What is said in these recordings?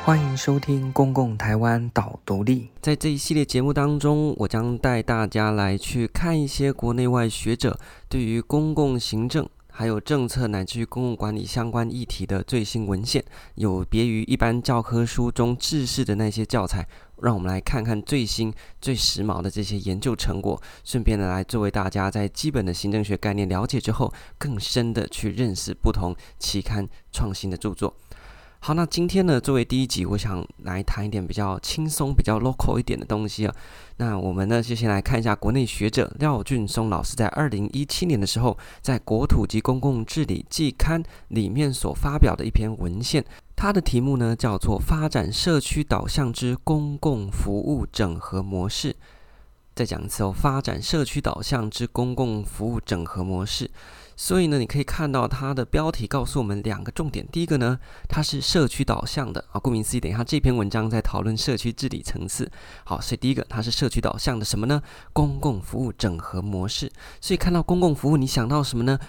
欢迎收听公共台湾导独立。在这一系列节目当中，我将带大家来去看一些国内外学者对于公共行政还有政策乃至于公共管理相关议题的最新文献，有别于一般教科书中制式的那些教材，让我们来看看最新最时髦的这些研究成果，顺便的来作为大家在基本的行政学概念了解之后，更深的去认识不同期刊创新的著作。好，那今天呢，作为第一集，我想来谈一点比较轻松、比较 local 一点的东西啊。那我们呢，就先来看一下国内学者廖俊松老师在2017年的时候，在《国土及公共治理季刊》里面所发表的一篇文献。它的题目呢，叫做《发展社区导向之公共服务整合模式》。再讲一次哦，发展社区导向之公共服务整合模式。所以呢，你可以看到它的标题告诉我们两个重点。第一个呢，它是社区导向的啊，顾名思义，等一下这篇文章在讨论社区治理层次。好，所以第一个它是社区导向的什么呢？公共服务整合模式。所以看到公共服务，你想到什么呢？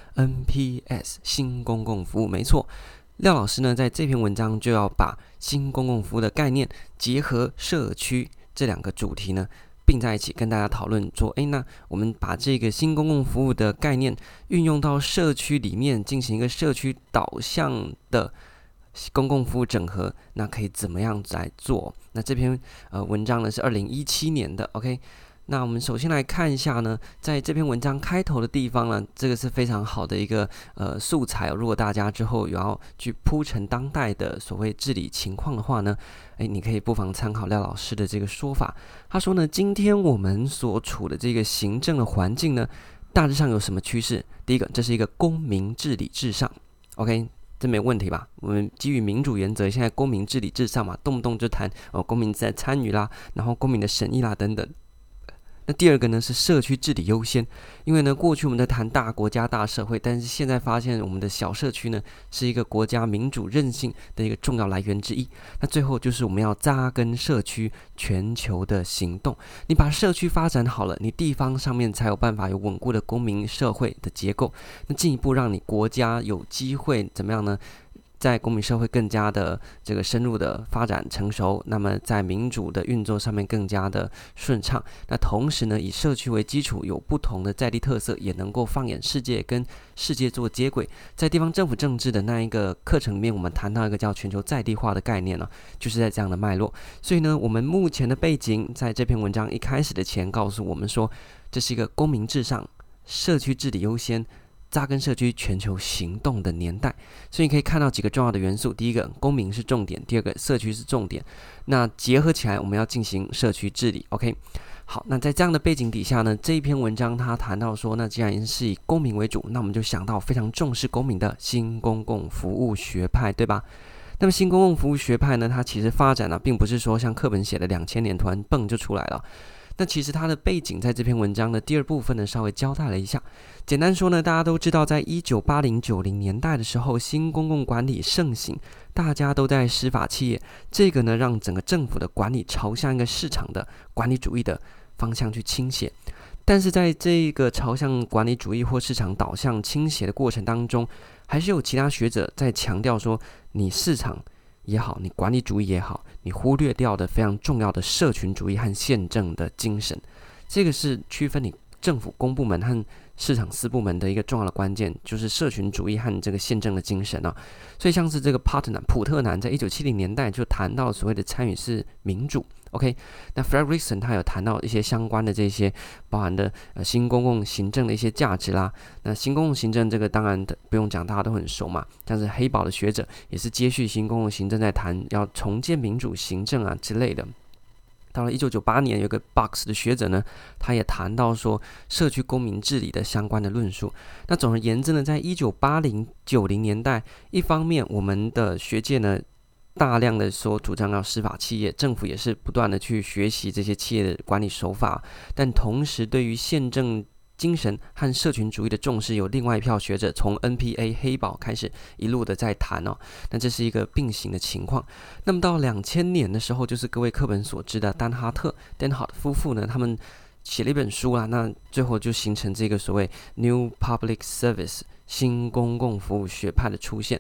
NPS 新公共服务，没错。廖老师呢，在这篇文章就要把新公共服务的概念结合社区这两个主题呢并在一起跟大家讨论说，那我们把这个新公共服务的概念运用到社区里面，进行一个社区导向的公共服务整合，那可以怎么样来做？那这篇文章呢是2017年的 ，OK。那我们首先来看一下呢，在这篇文章开头的地方呢，这个是非常好的一个素材哦。如果大家之后有要去铺陈当代的所谓治理情况的话呢，你可以不妨参考廖老师的这个说法。他说呢，今天我们所处的这个行政的环境呢，大致上有什么趋势？第一个，这是一个公民治理至上 ，OK。这没问题吧？我们基于民主原则，现在公民治理至上嘛，动不动就谈公民在参与啦，然后公民的审议啦等等。那第二个呢是社区治理优先，因为呢过去我们在谈大国家大社会，但是现在发现我们的小社区呢是一个国家民主韧性的一个重要来源之一。那最后就是我们要扎根社区全球的行动，你把社区发展好了，你地方上面才有办法有稳固的公民社会的结构，那进一步让你国家有机会怎么样呢？在公民社会更加的这个深入的发展成熟，那么在民主的运作上面更加的顺畅。那同时呢，以社区为基础，有不同的在地特色，也能够放眼世界，跟世界做接轨。在地方政府政治的那一个课程里面，我们谈到一个叫全球在地化的概念呢，就是在这样的脉络。所以呢，我们目前的背景，在这篇文章一开始的前告诉我们说，这是一个公民至上、社区治理优先、扎根社区全球行动的年代，所以你可以看到几个重要的元素。第一个，公民是重点；第二个，社区是重点。那结合起来，我们要进行社区治理。OK， 好，那在这样的背景底下呢，这一篇文章它谈到说，那既然是以公民为主，那我们就想到非常重视公民的新公共服务学派，对吧？那么新公共服务学派呢，它其实发展呢，并不是说像课本写的2000年突然蹦就出来了。那其实它的背景在这篇文章的第二部分呢，稍微交代了一下。简单说呢，大家都知道，在1980、90年代的时候，新公共管理盛行，大家都在司法企业，这个呢，让整个政府的管理朝向一个市场的管理主义的方向去倾斜。但是在这个朝向管理主义或市场导向倾斜的过程当中，还是有其他学者在强调说，你市场也好，你管理主义也好，你忽略掉的非常重要的社群主义和宪政的精神，这个是区分你政府公部门和市场私部门的一个重要的关键，就是社群主义和这个宪政的精神啊。所以像是这个普特南在1970年代就谈到所谓的参与式民主。OK， 那 Fredrickson 他有谈到一些相关的这些包含的新公共行政的一些价值啦。那新公共行政这个当然不用讲，大家都很熟嘛。但是黑堡的学者也是接续新公共行政在谈要重建民主行政啊之类的。到了1998年，有个 Box 的学者呢，他也谈到说社区公民治理的相关的论述。那总而言之呢，在1980、90年代，一方面我们的学界呢大量的说主张要司法企业，政府也是不断的去学习这些企业的管理手法，但同时对于宪政精神和社群主义的重视，有另外一票学者从 NPA 黑堡开始一路的在谈哦，那这是一个并行的情况。那么到2000年的时候，就是各位课本所知的丹哈特 （Denhart 夫妇呢，他们写了一本书啦，那最后就形成这个所谓 New Public Service 新公共服务学派的出现。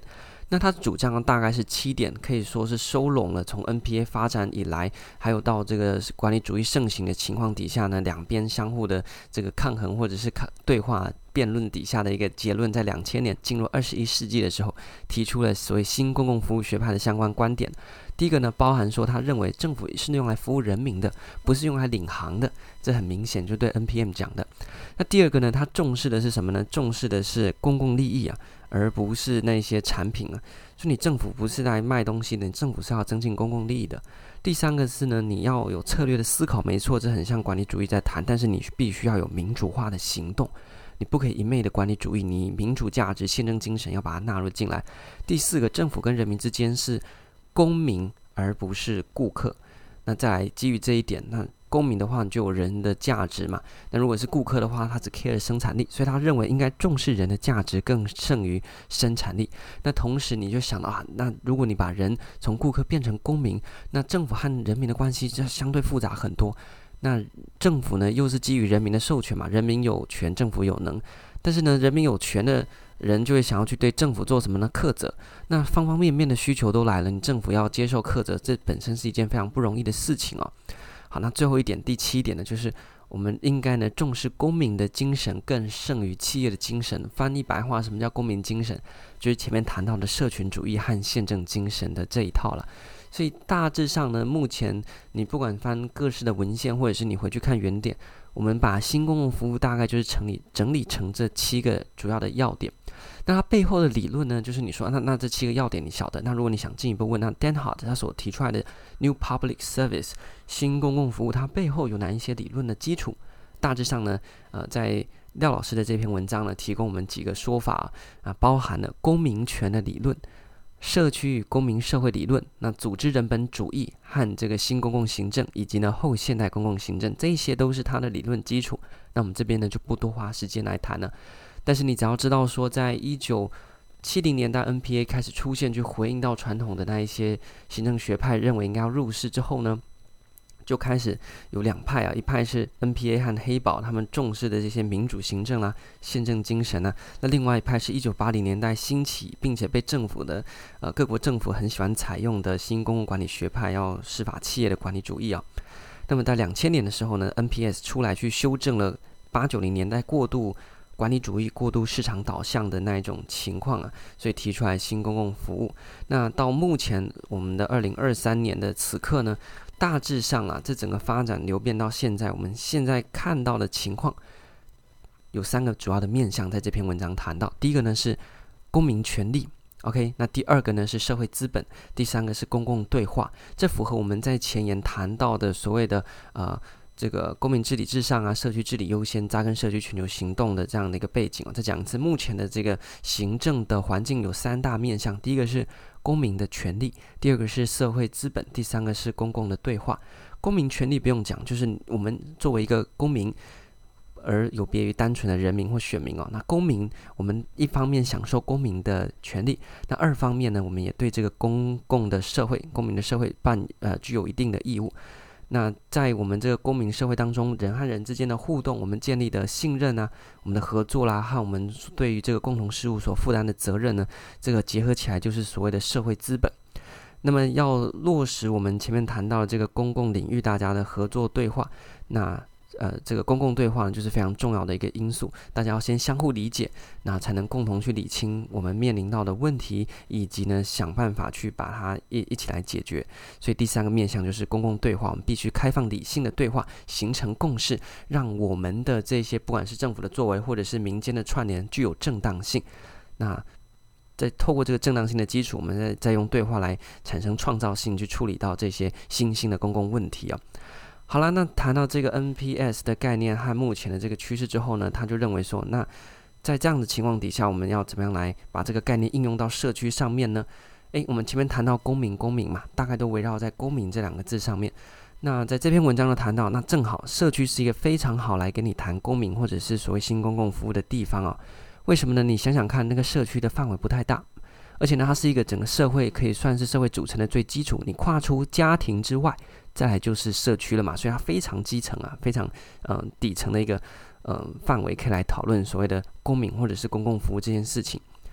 那他主张大概是7点，可以说是收拢了从 NPA 发展以来，还有到这个管理主义盛行的情况底下呢，两边相互的这个抗衡或者是对话辩论底下的一个结论，在2000年进入21世纪的时候，提出了所谓新公共服务学派的相关观点。第一个呢，包含说他认为政府是用来服务人民的，不是用来领航的，这很明显就对 NPM 讲的。那第二个呢，他重视的是什么呢？重视的是公共利益啊，而不是那些产品啊。所以你政府不是来卖东西的，你政府是要增进公共利益的。第三个是呢，你要有策略的思考，没错，这很像管理主义在谈，但是你必须要有民主化的行动。你不可以一昧的管理主义，你民主价值、宪政精神要把它纳入进来。第四个，政府跟人民之间是公民而不是顾客。那再来基于这一点，那公民的话就有人的价值嘛，那如果是顾客的话，他只 care 生产力，所以他认为应该重视人的价值更胜于生产力。那同时你就想到那如果你把人从顾客变成公民，那政府和人民的关系就相对复杂很多。那政府呢又是基于人民的授权嘛，人民有权，政府有能，但是呢人民有权的人就会想要去对政府做什么呢？课责。那方方面面的需求都来了，你政府要接受课责，这本身是一件非常不容易的事情哦。好，那最后一点，第7点呢，就是我们应该呢重视公民的精神更胜于企业的精神。翻译白话，什么叫公民精神？就是前面谈到的社群主义和宪政精神的这一套了。所以大致上呢，目前你不管翻各式的文献，或者是你回去看原点，我们把新公共服务大概就是整理成这7个主要的要点。那它背后的理论呢，就是你说那这7个要点你晓得，那如果你想进一步问，那 Denhardt 他所提出来的 New Public Service 新公共服务，它背后有哪一些理论的基础？大致上呢，在廖老师的这篇文章呢，提供我们几个说法包含了公民权的理论、社区与公民社会理论、那组织人本主义和这个新公共行政，以及呢后现代公共行政，这一些都是它的理论基础。那我们这边呢就不多花时间来谈了。但是你只要知道说，在1970年代 NPA 开始出现，去回应到传统的那一些行政学派认为应该要入世之后呢，就开始有2派啊，一派是 NPA 和黑堡他们重视的这些民主行政啊、宪政精神啊，那另外一派是1980年代兴起并且被政府的各国政府很喜欢采用的新公共管理学派，要施法企业的管理主义啊。那么在2000年的时候呢 ，NPS 出来去修正了80-90年代过度管理主义、过度市场导向的那一种情况啊，所以提出来新公共服务。那到目前我们的2023年的此刻呢，大致上这整个发展流变到现在，我们现在看到的情况有3个主要的面向，在这篇文章谈到。第一个呢是公民权利 ，OK， 那第二个呢是社会资本，第三个是公共对话。这符合我们在前言谈到的所谓的这个公民治理至上啊，社区治理优先，扎根社区全球行动的这样的一个背景。再讲一次，目前的这个行政的环境有3大面向，第一个是公民的权利，第二个是社会资本，第三个是公共的对话。公民权利不用讲，就是我们作为一个公民，而有别于单纯的人民或选民哦。那公民，我们一方面享受公民的权利，那二方面呢，我们也对这个公民的社会具有一定的义务。那在我们这个公民社会当中，人和人之间的互动，我们建立的信任啊，我们的合作啦，和我们对于这个共同事务所负担的责任呢，这个结合起来就是所谓的社会资本。那么要落实我们前面谈到的这个公共领域大家的合作对话，那这个公共对话呢，就是非常重要的一个因素。大家要先相互理解，那才能共同去理清我们面临到的问题，以及呢想办法去把它一起来解决。所以第3个面向就是公共对话，我们必须开放理性的对话，形成共识，让我们的这些不管是政府的作为或者是民间的串联具有正当性。那再透过这个正当性的基础，我们再用对话来产生创造性，去处理到这些新兴的公共问题啊。好了，那谈到这个 NPS 的概念和目前的这个趋势之后呢，他就认为说，那在这样的情况底下，我们要怎么样来把这个概念应用到社区上面呢？我们前面谈到公民嘛，大概都围绕在公民这2个字上面。那在这篇文章呢谈到，那正好社区是一个非常好来跟你谈公民或者是所谓新公共服务的地方哦。为什么呢？你想想看，那个社区的范围不太大，而且呢，它是一个整个社会可以算是社会组成的最基础。你跨出家庭之外，再来就是社区了嘛，所以它非常基层啊，非常底层的一个范围，可以来讨论所谓的公民或者是公共服务这件事情。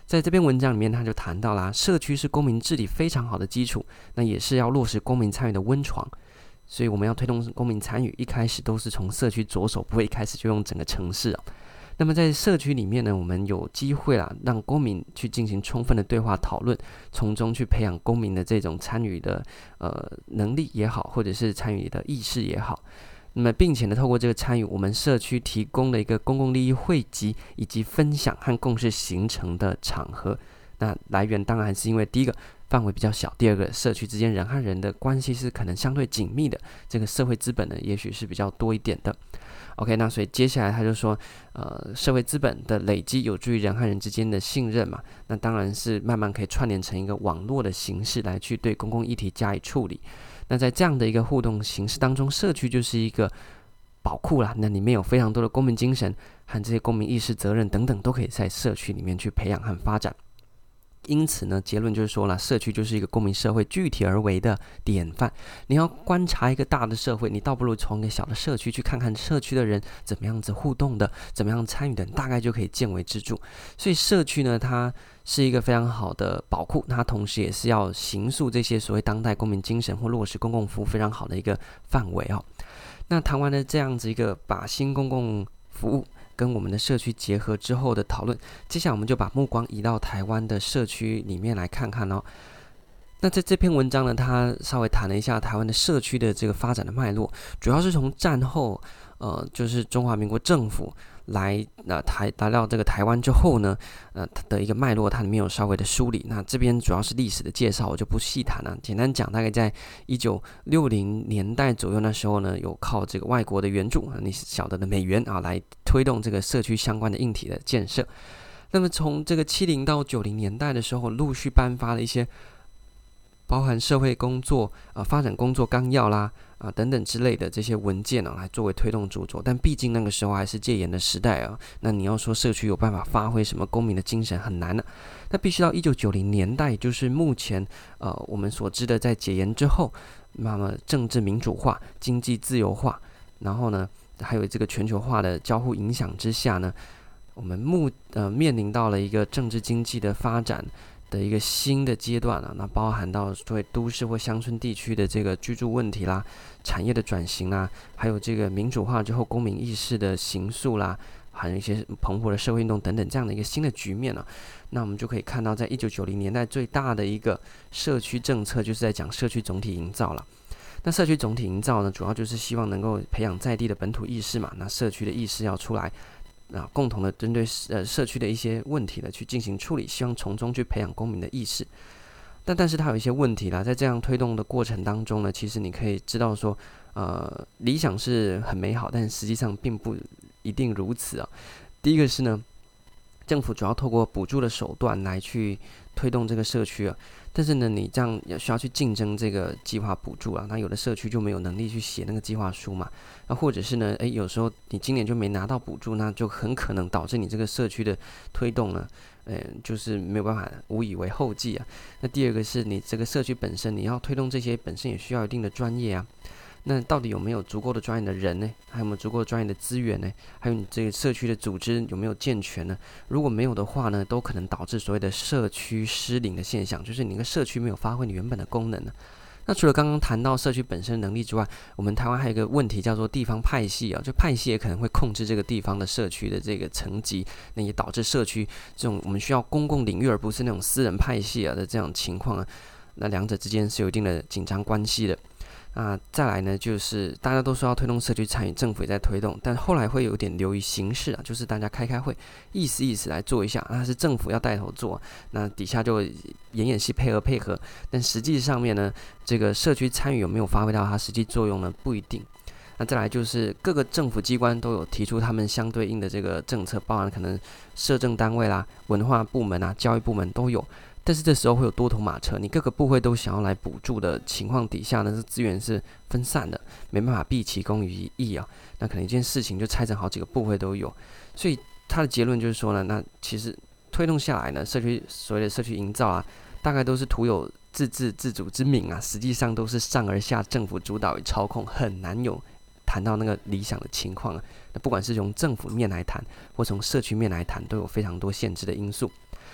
在这篇文章里面，他就谈到啦，社区是公民治理非常好的基础，那也是要落实公民参与的温床。所以我们要推动公民参与，一开始都是从社区着手，不会一开始就用整个城市啊。那么在社区里面呢，我们有机会啦，让公民去进行充分的对话讨论，从中去培养公民的这种参与的能力也好，或者是参与的意识也好。那么并且呢，透过这个参与，我们社区提供了一个公共利益汇集以及分享和共识形成的场合。那来源当然是因为第一个范围比较小，第二个社区之间人和人的关系是可能相对紧密的，这个社会资本呢也许是比较多一点的。OK， 那所以接下来他就说，社会资本的累积有助于人和人之间的信任嘛，那当然是慢慢可以串联成一个网络的形式来去对公共议题加以处理。那在这样的一个互动形式当中，社区就是一个宝库啦，那里面有非常多的公民精神和这些公民意识、责任等等，都可以在社区里面去培养和发展。因此呢，结论就是说了，社区就是一个公民社会具体而为的典范。你要观察一个大的社会，你倒不如从一个小的社区去看看社区的人怎么样子互动的，怎么样参与的，大概就可以见微知著。所以社区呢，它是一个非常好的宝库，它同时也是要形塑这些所谓当代公民精神或落实公共服务非常好的一个范围哦。那谈完了这样子一个把新公共服务跟我们的社区结合之后的讨论，接下来我们就把目光移到台湾的社区里面来看看哦。那在这篇文章呢，他稍微谈了一下台湾的社区的这个发展的脉络，主要是从战后就是中华民国政府来到这个台湾之后呢，的一个脉络，它里面有稍微的梳理。那这边主要是历史的介绍，我就不细谈了。简单讲，大概在1960年代左右那时候呢，有靠这个外国的援助，你晓得的美元啊，来推动这个社区相关的硬体的建设。那么从这个70到90年代的时候，陆续颁发了一些包含社会工作发展工作纲要啦等等之类的这些文件来作为推动著作。但毕竟那个时候还是戒严的时代啊，那你要说社区有办法发挥什么公民的精神很难那必须到1990年代，就是目前我们所知的在解严之后，那么政治民主化、经济自由化，然后呢还有这个全球化的交互影响之下呢，我们面临到了一个政治经济的发展的一个新的阶段那包含到对都市或乡村地区的这个居住问题啦、产业的转型啦，还有这个民主化之后公民意识的形塑啦，还有一些蓬勃的社会运动等等这样的一个新的局面那我们就可以看到，在1990年代最大的一个社区政策就是在讲社区总体营造了。那社区总体营造呢，主要就是希望能够培养在地的本土意识嘛，那社区的意识要出来。共同的针对社区的一些问题呢去进行处理，希望从中去培养公民的意识。但是它有一些问题啦，在这样推动的过程当中呢，其实你可以知道说，理想是很美好，但实际上并不一定如此第一个是呢，政府主要透过补助的手段来去推动这个社区但是呢，你这样也需要去竞争这个计划补助那有的社区就没有能力去写那个计划书嘛，或者是呢，有时候你今年就没拿到补助，那就很可能导致你这个社区的推动呢，就是没有办法无以为后继那第二个是你这个社区本身，你要推动这些本身也需要一定的专业那到底有没有足够的专业的人呢？还有没有足够的专业的资源呢？还有你这个社区的组织有没有健全呢？如果没有的话呢，都可能导致所谓的社区失灵的现象，就是你个社区没有发挥你原本的功能那除了刚刚谈到社区本身的能力之外，我们台湾还有一个问题叫做地方派系就派系也可能会控制这个地方的社区的这个层级，那也导致社区这种我们需要公共领域而不是那种私人派系的这样情况那两者之间是有一定的紧张关系的。再来呢，就是大家都说要推动社区参与，政府也在推动，但后来会有点流于形式就是大家开会，意思来做一下，那是政府要带头做，那底下就演戏配合，但实际上面呢，这个社区参与有没有发挥到它实际作用呢？不一定。那再来就是各个政府机关都有提出他们相对应的这个政策，包含可能社政单位啦、文化部门教育部门都有。但是这时候会有多头马车，你各个部会都想要来补助的情况底下呢，这资源是分散的，没办法毕其功于一役那可能一件事情就拆成好几个部会都有，所以他的结论就是说呢，那其实推动下来呢，所谓的社区营造大概都是徒有自治自主之名实际上都是上而下政府主导与操控，很难有谈到那个理想的情况那不管是从政府面来谈，或从社区面来谈，都有非常多限制的因素。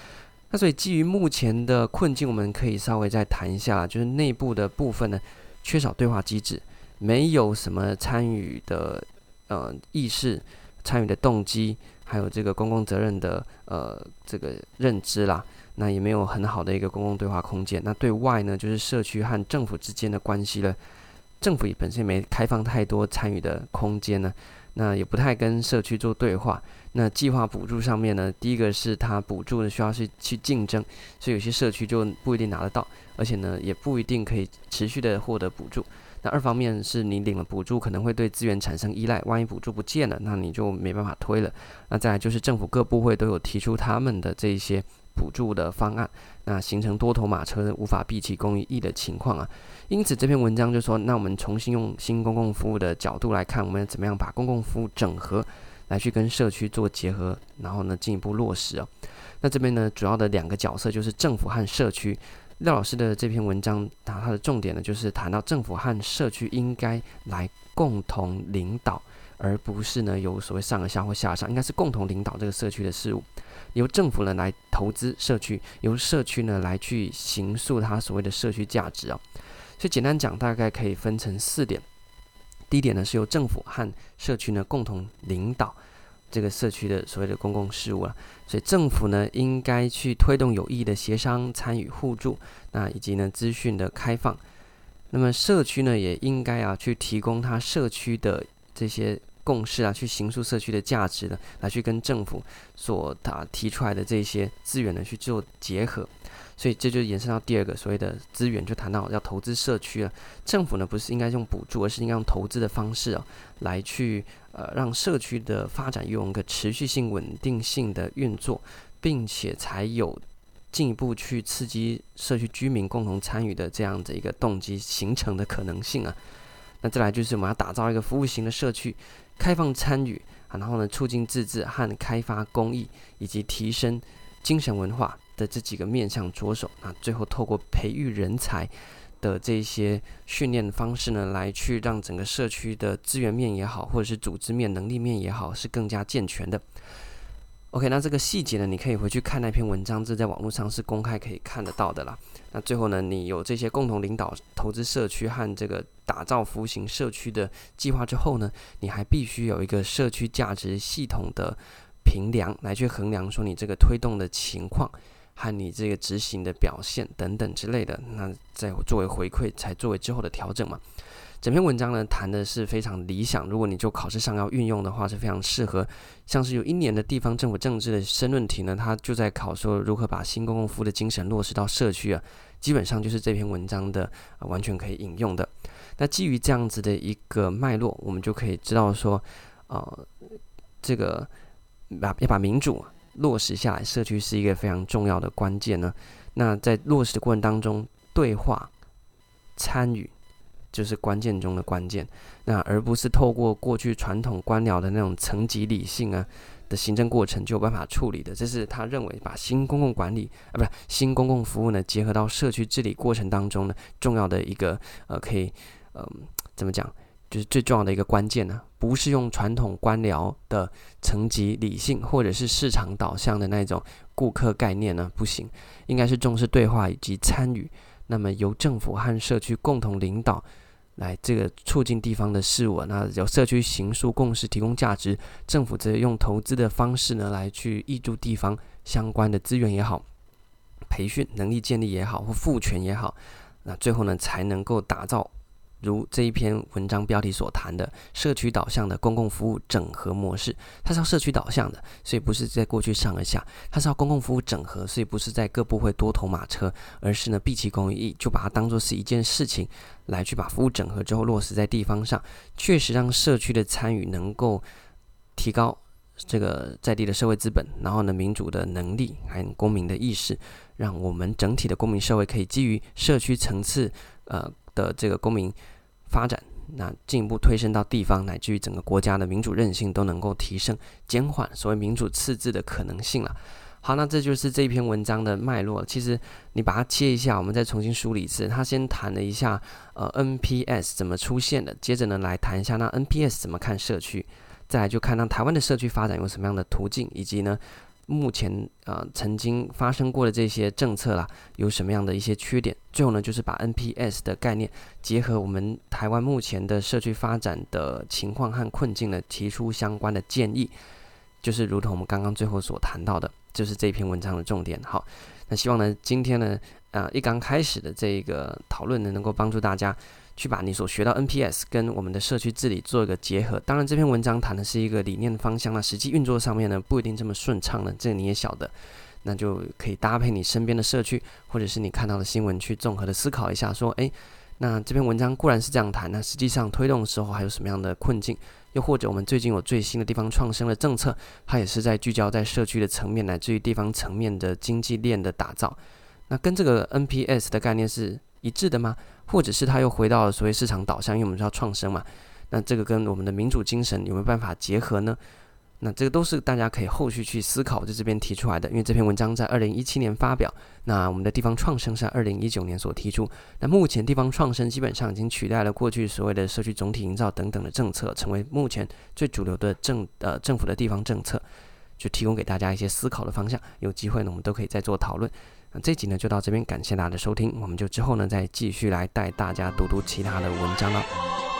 那所以基于目前的困境，我们可以稍微再谈一下，就是内部的部分呢，缺少对话机制，没有什么参与的意识、参与的动机，还有这个公共责任的这个认知啦。那也没有很好的一个公共对话空间。那对外呢，就是社区和政府之间的关系了。政府本身也没开放太多参与的空间呢，那也不太跟社区做对话。那计划补助上面呢，第一个是它补助呢需要去竞争，所以有些社区就不一定拿得到，而且呢也不一定可以持续的获得补助。那二方面是你领了补助可能会对资源产生依赖，万一补助不见了，那你就没办法推了。那再来就是政府各部会都有提出他们的这一些补助的方案，那形成多头马车无法毕其功于一的情况啊。因此这篇文章就说，那我们重新用新公共服务的角度来看，我们怎么样把公共服务整合，来去跟社区做结合，然后呢进一步落实哦。那这边呢主要的两个角色就是政府和社区。廖老师的这篇文章，它的重点呢就是谈到政府和社区应该来共同领导，而不是呢由所谓上而下或下而上，应该是共同领导这个社区的事务，由政府呢来投资社区，由社区呢来去形塑它所谓的社区价值啊。所以简单讲，大概可以分成4点。第一点呢是由政府和社区呢共同领导这个社区的所谓的公共事务啊，所以政府呢应该去推动有意义的协商、参与互助，那以及呢资讯的开放。那么社区呢也应该去提供它社区的这些共识啊，去形塑社区的价值的，来去跟政府所提出来的这些资源呢去做结合。所以这就延伸到第二个所谓的资源，就谈到要投资社区了。政府呢不是应该用补助，而是应该用投资的方式来去让社区的发展用一个持续性、稳定性的运作，并且才有进一步去刺激社区居民共同参与的这样的一个动机形成的可能性啊。那再来就是我们要打造一个服务型的社区，开放参与然后呢促进自治和开发公益，以及提升精神文化的这几个面向着手。那最后透过培育人才的这些训练方式呢，来去让整个社区的资源面也好，或者是组织面、能力面也好，是更加健全的。OK， 那这个细节呢，你可以回去看那篇文章，这在网络上是公开可以看得到的啦。那最后呢，你有这些共同领导、投资社区和这个打造服务型社区的计划之后呢，你还必须有一个社区价值系统的评量，来去衡量说你这个推动的情况和你这个执行的表现等等之类的，那再作为回馈，才作为之后的调整嘛。整篇文章呢谈的是非常理想，如果你就考试上要运用的话，是非常适合。像是有1年的地方政府政治的申论题呢，它就在考说如何把新公共服务的精神落实到社区啊，基本上就是这篇文章的完全可以引用的。那基于这样子的一个脉络，我们就可以知道说，这个要把民主落实下来，社区是一个非常重要的关键呢。那在落实的过程当中，对话、参与就是关键中的关键，那而不是透过过去传统官僚的那种层级理性的行政过程就有办法处理的。这是他认为把新公共管理不是新公共服务呢结合到社区治理过程当中呢重要的一个可以怎么讲，就是最重要的一个关键呢，不是用传统官僚的层级理性或者是市场导向的那种顾客概念呢，不行，应该是重视对话以及参与。那么由政府和社区共同领导，来这个促进地方的事务，那由社区形塑共识，提供价值，政府则用投资的方式呢，来去挹注地方相关的资源也好，培训能力建立也好，或赋权也好，那最后呢，才能够打造如这一篇文章标题所谈的社区导向的公共服务整合模式。它是要社区导向的，所以不是在过去上而下，它是要公共服务整合，所以不是在各部会多头马车，而是呢毕其功于一，就把它当作是一件事情来去把服务整合之后落实在地方上，确实让社区的参与能够提高这个在地的社会资本，然后呢民主的能力还有公民的意识，让我们整体的公民社会可以基于社区层次的这个公民发展，那进一步推升到地方，乃至于整个国家的民主韧性都能够提升，减缓所谓民主赤字的可能性了。好，那这就是这篇文章的脉络。其实你把它切一下，我们再重新梳理一次。他先谈了一下NPS 怎么出现的，接着呢来谈一下那 NPS 怎么看社区，再来就看到台湾的社区发展有什么样的途径，以及呢目前曾经发生过的这些政策啦，有什么样的一些缺点。最后呢，就是把 NPS 的概念结合我们台湾目前的社区发展的情况和困境呢，提出相关的建议。就是如同我们刚刚最后所谈到的，就是这篇文章的重点。好，那希望呢，今天呢，一刚开始的这个讨论呢，能够帮助大家去把你所学到 NPS 跟我们的社区治理做一个结合。当然，这篇文章谈的是一个理念方向，那实际运作上面呢，不一定这么顺畅呢，这个你也晓得。那就可以搭配你身边的社区，或者是你看到的新闻，去综合的思考一下，说，那这篇文章固然是这样谈，那实际上推动的时候还有什么样的困境？又或者我们最近有最新的地方创生的政策，它也是在聚焦在社区的层面，乃至于地方层面的经济链的打造。那跟这个 NPS 的概念是一致的吗？或者是它又回到了所谓市场导向，因为我们是要创生嘛？那这个跟我们的民主精神有没有办法结合呢？那这个都是大家可以后续去思考，在这边提出来的。因为这篇文章在2017年发表，那我们的地方创生是在2019年所提出。那目前地方创生基本上已经取代了过去所谓的社区总体营造等等的政策，成为目前最主流的政府的地方政策，就提供给大家一些思考的方向。有机会呢，我们都可以再做讨论。那这集呢就到这边，感谢大家的收听，我们就之后呢再继续来带大家读其他的文章了。